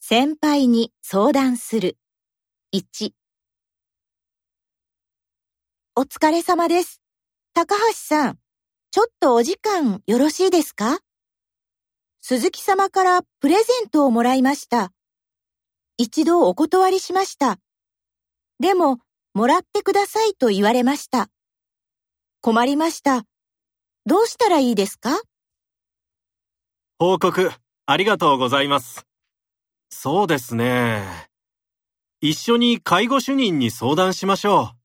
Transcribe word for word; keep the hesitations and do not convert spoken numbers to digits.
先輩に相談する。いち、お疲れ様です。高橋さん、ちょっとお時間よろしいですか？鈴木様からプレゼントをもらいました。一度お断りしました。でも、もらってくださいと言われました。困りました。どうしたらいいですか？ 報告、ありがとうございます。そうですね。一緒に介護主任に相談しましょう。